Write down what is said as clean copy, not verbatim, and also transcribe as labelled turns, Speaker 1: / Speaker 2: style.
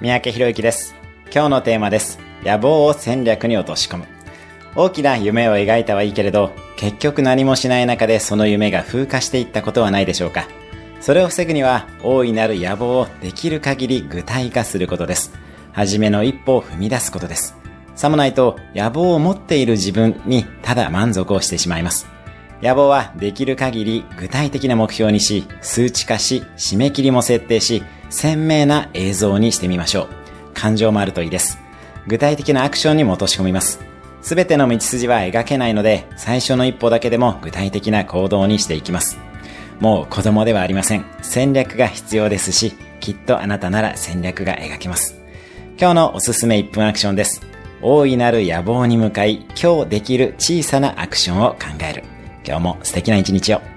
Speaker 1: 三宅博之です。今日のテーマです。野望を戦略に落とし込む。大きな夢を描いたはいいけれど、結局何もしない中でその夢が風化していったことはないでしょうか。それを防ぐには、大いなる野望をできる限り具体化することです。初めの一歩を踏み出すことです。さもないと、野望を持っている自分にただ満足をしてしまいます。野望はできる限り具体的な目標にし、数値化し、締め切りも設定し、鮮明な映像にしてみましょう。感情もあるといいです。具体的なアクションにも落とし込みます。すべての道筋は描けないので、最初の一歩だけでも具体的な行動にしていきます。もう子供ではありません。戦略が必要ですし、きっとあなたなら戦略が描けます。今日のおすすめ1分アクションです。大いなる野望に向かい、今日できる小さなアクションを考える。今日も素敵な一日を。